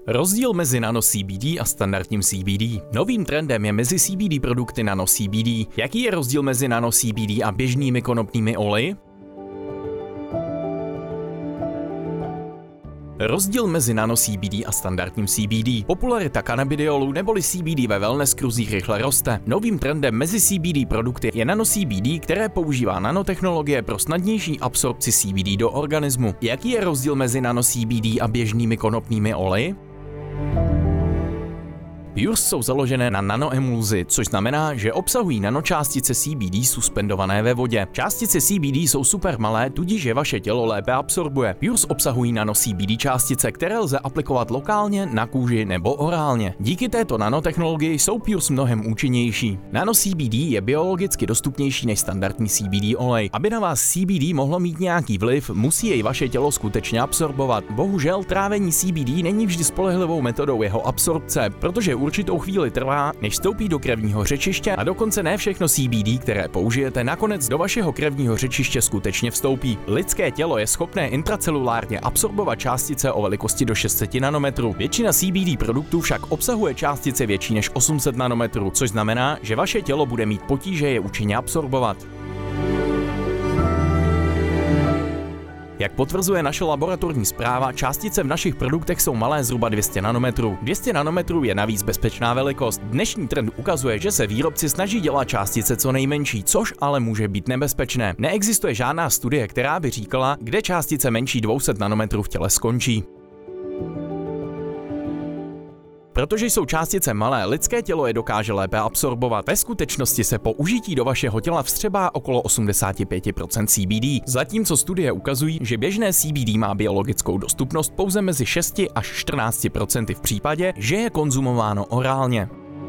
Rozdíl mezi nano CBD a standardním CBD. Novým trendem je mezi CBD produkty nano CBD. Jaký je rozdíl mezi nano CBD a běžnými konopnými oleji? Rozdíl mezi nano CBD a standardním CBD. Popularita cannabidiolu neboli CBD ve wellness kruzích rychle roste. Novým trendem mezi CBD produkty je nano CBD, které používá nanotechnologie pro snadnější absorpci CBD do organismu. Jaký je rozdíl mezi nano CBD a běžnými konopnými oleji? Pures jsou založené na nanoemulzi, což znamená, že obsahují nanočástice CBD suspendované ve vodě. Částice CBD jsou super malé, tudíž je vaše tělo lépe absorbuje. Pures obsahují nano CBD částice, které lze aplikovat lokálně, na kůži nebo orálně. Díky této nanotechnologii jsou Pures mnohem účinnější. Nano CBD je biologicky dostupnější než standardní CBD olej. Aby na vás CBD mohlo mít nějaký vliv, musí jej vaše tělo skutečně absorbovat. Bohužel trávení CBD není vždy spolehlivou metodou jeho absorpce, protože určitou chvíli trvá, než vstoupí do krevního řečiště a dokonce ne všechno CBD, které použijete, nakonec do vašeho krevního řečiště skutečně vstoupí. Lidské tělo je schopné intracelulárně absorbovat částice o velikosti do 600 nanometrů. Většina CBD produktů však obsahuje částice větší než 800 nanometrů, což znamená, že vaše tělo bude mít potíže je účinně absorbovat. Jak potvrzuje naše laboratorní zpráva, částice v našich produktech jsou malé zhruba 200 nanometrů. 200 nanometrů je navíc bezpečná velikost. Dnešní trend ukazuje, že se výrobci snaží dělat částice co nejmenší, což ale může být nebezpečné. Neexistuje žádná studie, která by říkala, kde částice menší 200 nanometrů v těle skončí. Protože jsou částice malé, lidské tělo je dokáže lépe absorbovat. Ve skutečnosti se po užití do vašeho těla vstřebá okolo 85% CBD, zatímco studie ukazují, že běžné CBD má biologickou dostupnost pouze mezi 6 až 14% v případě, že je konzumováno orálně.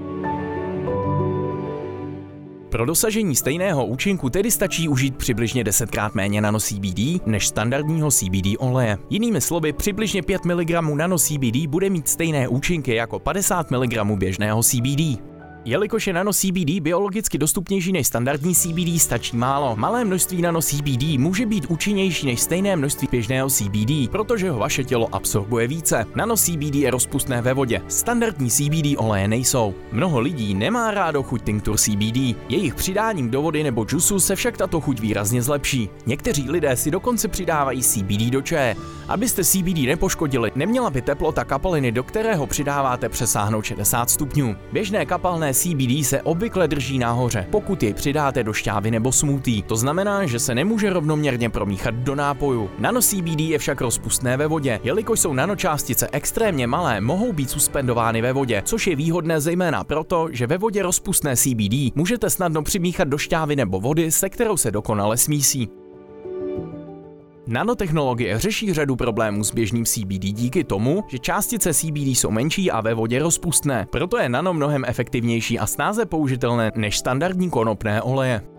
Pro dosažení stejného účinku tedy stačí užít přibližně 10krát méně nano CBD než standardního CBD oleje. Jinými slovy, přibližně 5 mg nano CBD bude mít stejné účinky jako 50 mg běžného CBD. Jelikož je nano CBD biologicky dostupnější než standardní CBD, stačí málo. Malé množství nano CBD může být účinnější než stejné množství běžného CBD, protože ho vaše tělo absorbuje více. Nano CBD je rozpustné ve vodě, standardní CBD oleje nejsou. Mnoho lidí nemá rádo chuť tinktur CBD. Jejich přidáním do vody nebo džusu se však tato chuť výrazně zlepší. Někteří lidé si dokonce přidávají CBD do čaje. Abyste CBD nepoškodili, neměla by teplota kapaliny, do kterého přidáváte, přesáhnout 60 stupňů. Běžné kapalné CBD se obvykle drží nahoře, pokud jej přidáte do šťávy nebo smoothie. To znamená, že se nemůže rovnoměrně promíchat do nápoju. Nano CBD je však rozpustné ve vodě. Jelikož jsou nanočástice extrémně malé, mohou být suspendovány ve vodě, což je výhodné zejména proto, že ve vodě rozpustné CBD můžete snadno přimíchat do šťávy nebo vody, se kterou se dokonale smísí. Nanotechnologie řeší řadu problémů s běžným CBD díky tomu, že částice CBD jsou menší a ve vodě rozpustné. Proto je nano mnohem efektivnější a snáze použitelné než standardní konopné oleje.